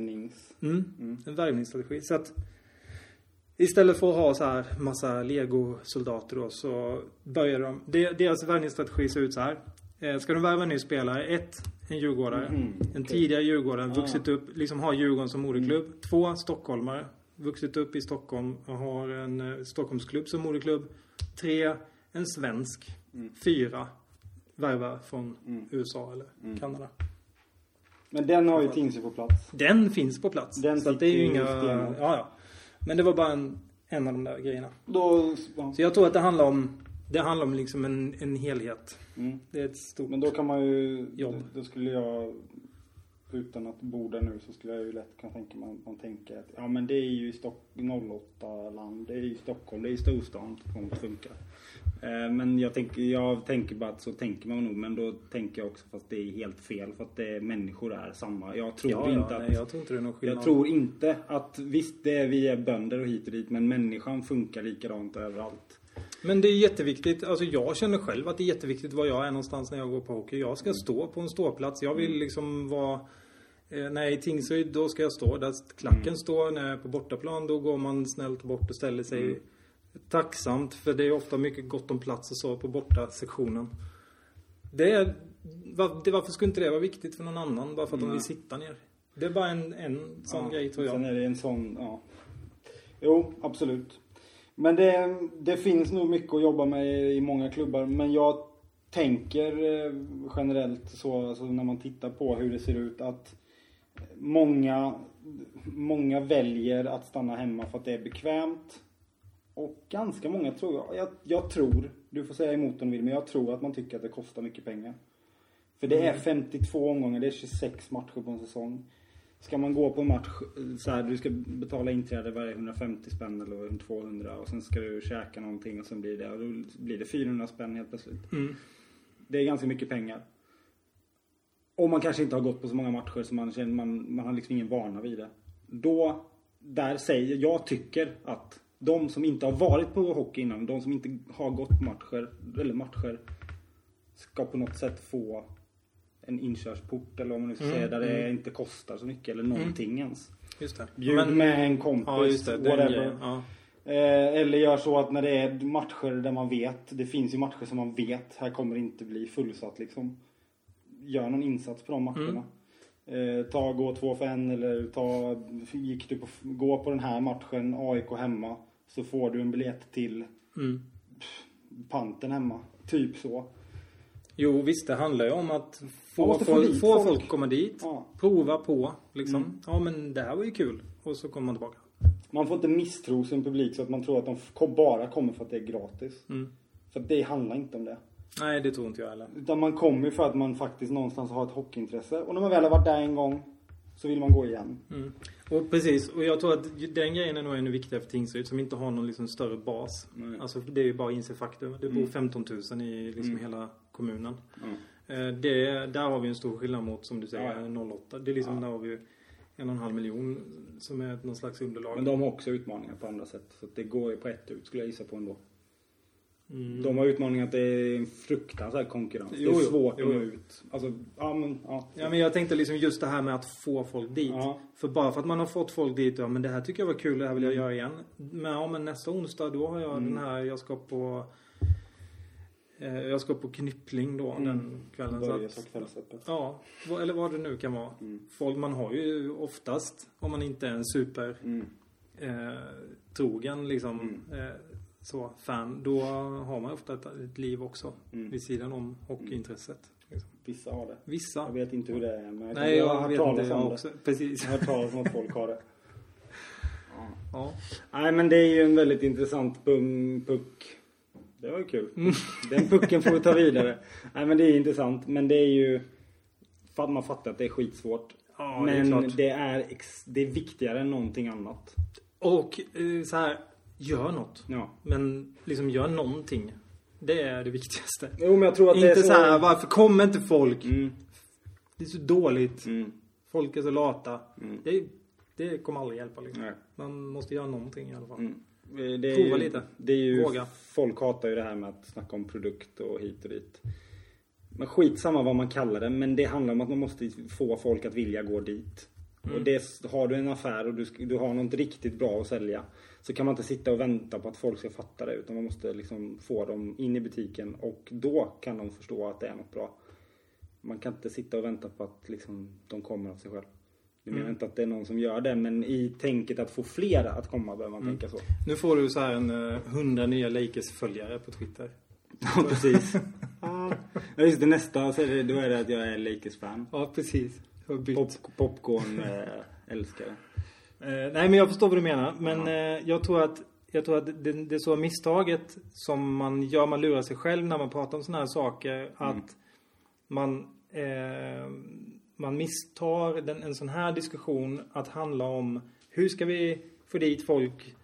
En värvningsstrategi. Så att istället för att ha så här massa Lego-soldater då, så började de. Deras värvningsstrategi ser ut så här. Ska de värva en ny spelare? En djurgårdare. En tidigare djurgårdare. Vuxit upp, liksom har Djurgården som moderklubb. 2 stockholmare. Vuxit upp i Stockholm och har en Stockholmsklubb som moderklubb. 3, en svensk. 4, värva från USA eller Kanada. Men den har ju Tingsryd på plats. Den finns på plats. Så att det är ju inga... Ja. Men det var bara en av de där grejerna. Så jag tror att det handlar om liksom en helhet. Det är ett stort. Men då kan man ju jobb. Då skulle jag, utan att bo där nu, så skulle jag ju lätt kunna tänka man tänker att ja, men det är ju 08-land, det är ju Stockholm, det är ju storstan som funkar. Men jag tänker bara att så tänker man nog, men då tänker jag också fast det är helt fel, för att människor är samma. Jag tror inte det är någon skillnad. Jag tror inte att visst vi är bönder och hit och dit, men människan funkar likadant överallt. Men det är jätteviktigt, alltså jag känner själv att det är jätteviktigt var jag är någonstans när jag går på hockey. Jag ska stå på en ståplats, jag vill liksom vara, när jag är i Tingsryd då ska jag stå där klacken står, när jag är på bortaplan då går man snällt bort och ställer sig tacksamt, för det är ofta mycket gott om plats och så på borta sektionen. Varför skulle inte det vara viktigt för någon annan bara för att de vill sitta ner? Det är bara en sån grej, tror jag. Sen är det en sån, Jo, absolut. Men det finns nog mycket att jobba med i många klubbar. Men jag tänker generellt så alltså när man tittar på hur det ser ut, att många väljer att stanna hemma för att det är bekvämt. Och ganska många tror jag tror, du får säga emot om du vill, men jag tror att man tycker att det kostar mycket pengar. För det är 52 omgångar, det är 26 matcher på en säsong. Ska man gå på en match så här, du ska betala inträde varje 150 spänn eller 200 och sen ska du käka någonting och sen blir det 400 spänn helt plötsligt. Det är ganska mycket pengar. Och man kanske inte har gått på så många matcher så man känner man har liksom ingen vana vid det. Där säger jag tycker att de som inte har varit på hockey innan, de som inte har gått matcher ska på något sätt få en inkörsport, eller om man nu ska säga, där det inte kostar så mycket eller någonting ens. Just det. Bjud med en kompis, ja, just det, whatever. Eller gör så att när det är matcher där man vet, det finns ju matcher som man vet, här kommer det inte bli fullsatt liksom. Gör någon insats på de matcherna. Gå 2 för 1 eller gå på den här matchen AIK hemma, så får du en biljett till panten hemma. Typ så. Jo, visst, det handlar ju om att få folk komma dit, prova på liksom. Ja, men det här var ju kul. Och så kommer man tillbaka. Man får inte misstro sin publik så att man tror att de bara kommer för att det är gratis. För det handlar inte om det. Nej, det tror inte jag heller. Utan man kommer för att man faktiskt någonstans har ett hockeyintresse. Och när man väl har varit där en gång så vill man gå igen. Och precis, och jag tror att den grejen är nog ännu viktigare för Tingsryd som inte har någon liksom större bas. Alltså det är ju bara inse faktum. Det bor 15 000 i liksom hela kommunen. Där har vi en stor skillnad mot, som du säger, 08. Det är liksom där har vi 1,5 miljon som är någon slags underlag. Men de har också utmaningar på andra sätt. Så det går ju på ett ut, skulle jag gissa på ändå. De har utmaningen att det är en fruktansvärd konkurrens. Det är svårt att nå ut. Alltså, ja, men jag tänkte liksom just det här med att få folk dit. Ja. För bara för att man har fått folk dit, men det här tycker jag var kul, det här vill jag göra igen. Men nästa onsdag då har jag den här, jag ska på Knyppling då den kvällen. Ja, eller vad det nu kan vara. Folk, man har ju oftast, om man inte är en super trogen liksom så fan, då har man ofta ett liv också vid sidan om hockeyintresset. Liksom. Vissa har det. Vissa. Jag vet inte hur det är, men jag har hört talas om det. Precis. Jag har hört talas om att folk har det. Ja. Nej, men det är ju en väldigt intressant puck. Det var ju kul. Den pucken får vi ta vidare. Nej, men det är intressant. Men det är ju... För att man fattar att det är skitsvårt. Ja, men det är viktigare än någonting annat. Och så här, gör något. Ja. Men liksom gör någonting. Det är det viktigaste. Jo, men jag tror att inte det är så här, varför kommer inte folk? Det är så dåligt. Folk är så lata. Det kommer aldrig hjälpa liksom. Nej. Man måste göra någonting i alla fall. Prova lite. Det är ju, våga. Folk hatar ju det här med att snacka om produkt och hit och dit. Men skitsamma vad man kallar det. Men det handlar om att man måste få folk att vilja gå dit. Och har du en affär och du har något riktigt bra att sälja, så kan man inte sitta och vänta på att folk ska fatta det. Utan man måste liksom få dem in i butiken. Och då kan de förstå att det är något bra. Man kan inte sitta och vänta på att liksom, de kommer av sig själv. Jag menar inte att det är någon som gör det, men i tänket att få fler att komma behöver man tänka så. Nu får du så här 100 nya Lakers-följare på Twitter. Ja, precis. Ja, just det, nästa så är då är det att jag är Lakers-fan. Ja, precis. Popcorn-älskare. Nej, men jag förstår vad du menar. Men jag tror att det är så misstaget som man gör. Man lurar sig själv när man pratar om såna här saker. Att man misstar en sån här diskussion att handla om hur ska vi få dit folk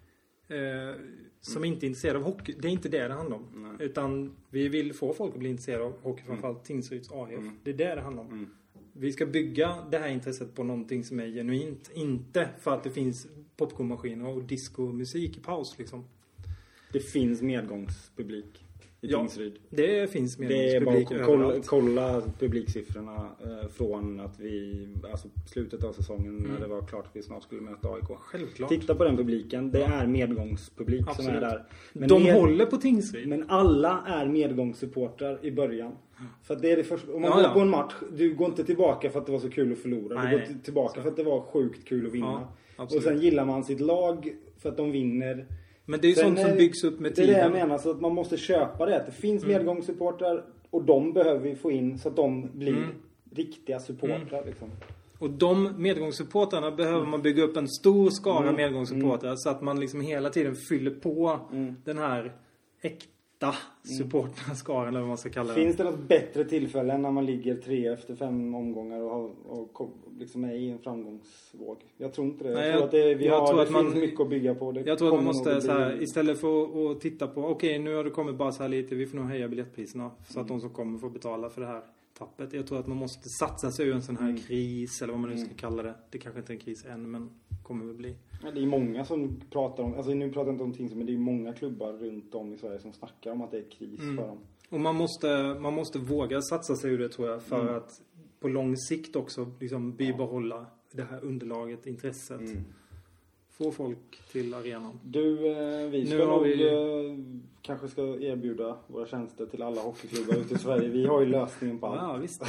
som inte är intresserade av hockey. Det är inte det handlar om. Nej. Utan vi vill få folk att bli intresserade av hockey, framförallt Tingsryds AIF. Det är det handlar om. Vi ska bygga det här intresset på någonting som är genuint. Inte för att det finns popcornmaskiner och discomusik i paus liksom. Det finns medgångspublik i Tingsryd. Det finns medgångspublik. Det är bara att kolla publiksiffrorna från att alltså slutet av säsongen när det var klart att vi snart skulle möta AIK. Självklart. Titta på den publiken. Det är medgångspublik. Absolut. Som är där. Men de håller på Tingsryd. Men alla är medgångssupportrar i början. För att det är det första. Om man går på en match, du går inte tillbaka för att det var så kul att förlora. Du går tillbaka för att det var sjukt kul att vinna. Ja, och sen gillar man sitt lag för att de vinner. Men det är ju sånt som byggs upp med tiden. Det är det jag menar, så att man måste köpa det. Att det finns medgångssupportrar och de behöver vi få in så att de blir riktiga supportrar liksom. Och de medgångssupportrarna behöver man bygga upp en stor skara medgångssupportrar så att man liksom hela tiden fyller på den här äkta supportarskaran eller vad man ska kalla det. Finns det något bättre tillfälle när man ligger 3 efter 5 omgångar och liksom är i en framgångsvåg? Jag tror inte det. Nej, jag tror att det finns mycket att bygga på. Jag tror att man måste så här, istället för att titta på nu har det kommit bara så här lite, vi får nog höja biljettpriserna så att de som kommer får betala för det här tappet. Jag tror att man måste satsa sig ur en sån här kris eller vad man nu ska kalla det. Det kanske inte är en kris än, men kommer väl bli. Ja, det är många som pratar om, alltså nu pratar jag inte om ting, men det är många klubbar runt om i Sverige som snackar om att det är kris för dem. Och man måste våga satsa sig ur det, tror jag, för att på lång sikt också liksom bibehålla det här underlaget, intresset. Få folk till arenan. Du, vi ska kanske ska erbjuda våra tjänster till alla hockeyklubbar ute i Sverige. Vi har ju lösningen på allt. Ja, visst.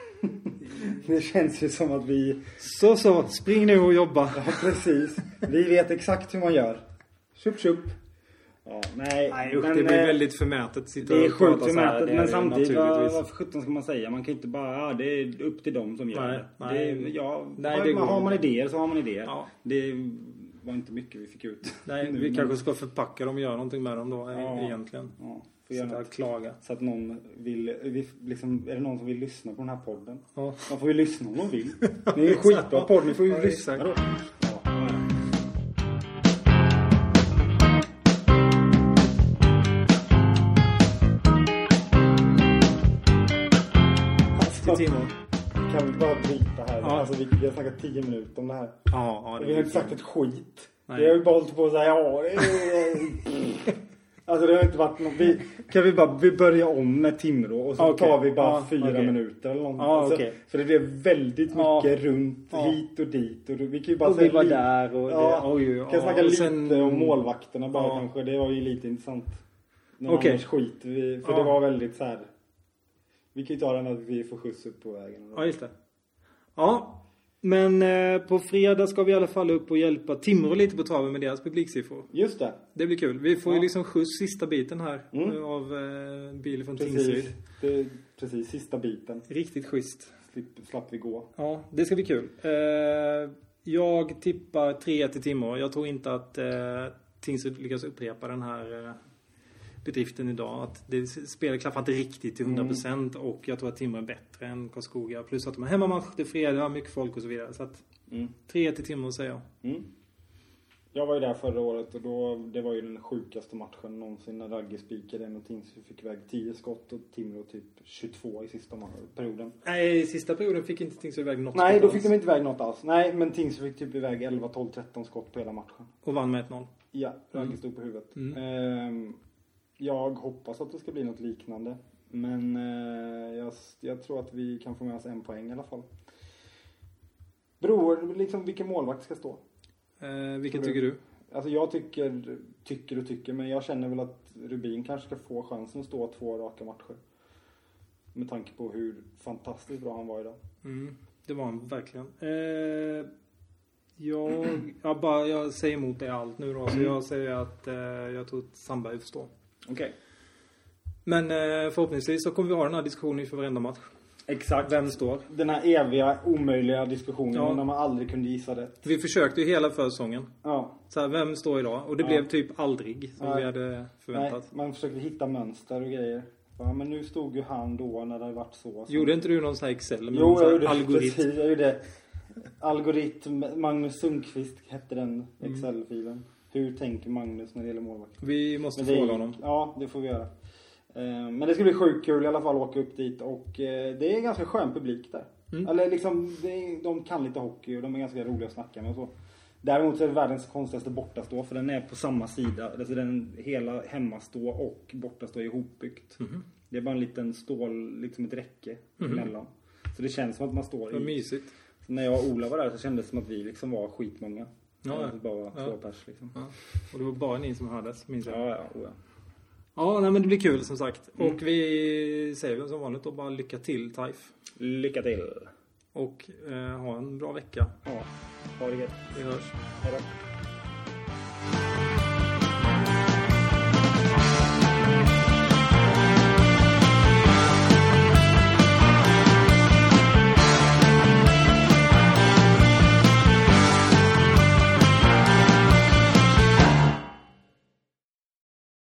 Det känns ju som att vi... Så, spring nu och jobba. Ja, precis. Vi vet exakt hur man gör. Chup. Ja, nej, men, det blir väldigt förmätet. Det är sjukt förmätet, men samtidigt, vad för 17 ska man säga? Man kan inte bara, det är upp till dem som gör det. Har man idéer så har man idéer. Ja. Det var inte mycket vi fick ut. Nej, vi kanske ska förpacka dem och göra någonting med dem då, egentligen. Ja. Klaga. Så att någon vill, liksom, är det någon som vill lyssna på den här podden? Ja. Man får ju lyssna om de vill. Det är ju skitbra podd, ni får ju lyssna då. Timor. Kan vi bara bryta här? Ja. Alltså, vi har snackat 10 minuter om det här. Ja, vi har inte sagt ett skit. Nej. Vi har ju bara hållit på att säga Alltså det har inte varit något. Kan vi börja om med Timrå och så tar vi bara 4 minuter eller något. Alltså, så det blev väldigt mycket runt hit och dit. Och vi kan ju bara och säga vi var där och kan snacka lite om målvakterna bara kanske. Det var ju lite intressant. Annars skiter vi. För det var väldigt så här. Vi kan ju ta den att vi får skjuts upp på vägen. Ja, just det. Ja, men på fredag ska vi i alla fall upp och hjälpa Timrå lite på traven med deras publiksiffror. Just det. Det blir kul. Vi får ju liksom skjuts sista biten här av bil från Tingsryd. Precis, sista biten. Riktigt schysst. Slapp vi gå. Ja, det ska bli kul. Jag tippar 3 till Timrå. Jag tror inte att Tingsryd lyckas upprepa den här bedriften idag. Att det spelar klaffar inte riktigt till 100% och jag tror att Timrå är bättre än Karlskoga. Plus att de har hemmamatch, det är fredag, mycket folk och så vidare. Så att 3 till Timrå säger jag. Jag var ju där förra året och det var ju den sjukaste matchen någonsin när Ragge spikade en och Tingsryd fick iväg 10 skott och Timrå typ 22 i sista perioden. Nej, i sista perioden fick inte Tingsryd iväg något. Nej, då fick de inte iväg något alls. Nej, men Tingsryd fick typ iväg 11, 12, 13 skott på hela matchen. Och vann med 1-0. Ja, Ragge stod på huvudet. Jag hoppas att det ska bli något liknande. Men jag tror att vi kan få med oss 1 poäng i alla fall. Bror, liksom vilken målvakt ska stå? Vilken tycker du? Alltså jag tycker, men jag känner väl att Rubin kanske ska få chansen att stå 2 raka matcher. Med tanke på hur fantastiskt bra han var idag. Det var han verkligen. Jag säger emot det allt nu då. Så jag säger att jag tror att Sandberg får stå. Okej. Men förhoppningsvis så kommer vi ha den här diskussionen för varenda match. Exakt. Vem står? Den här eviga, omöjliga diskussionen när man aldrig kunde gissa det. Vi försökte ju hela försäsongen. Ja. Så här, vem står idag? Och det blev typ aldrig som vi hade förväntat. Nej, man försökte hitta mönster och grejer. Ja, men nu stod ju han då när det hade varit så. Gjorde inte du någon sån här Excel? Med jo, jag gjorde algoritm? Precis, jag gjorde algoritm. Magnus Sundqvist hette den Excel-filen. Hur tänker Magnus när det gäller målvakt? Vi måste fråga honom. Ja, det får vi göra. Men det ska bli sjukt kul i alla fall att åka upp dit. Och det är en ganska skön publik där. Eller liksom, de kan lite hockey och de är ganska roliga att snacka med och så. Däremot så är det världens konstigaste bortastå. För den är på samma sida. Alltså den hela hemmastå och bortastå är ihopbyggt. Det är bara en liten stål, liksom ett räcke emellan. Så det känns som att man står i... Vad mysigt. Så när jag och Ola var där så kändes det som att vi liksom var skitmånga. Ja, bara 2 pers liksom. Ja. Och det var bara ni som hördes, minns jag. Ja. Ja, nej, men det blir kul som sagt. Och vi säger väl som vanligt då bara lycka till, Taif. Lycka till. Och ha en bra vecka. Ja, ha det gött. Vi hörs. Hej då.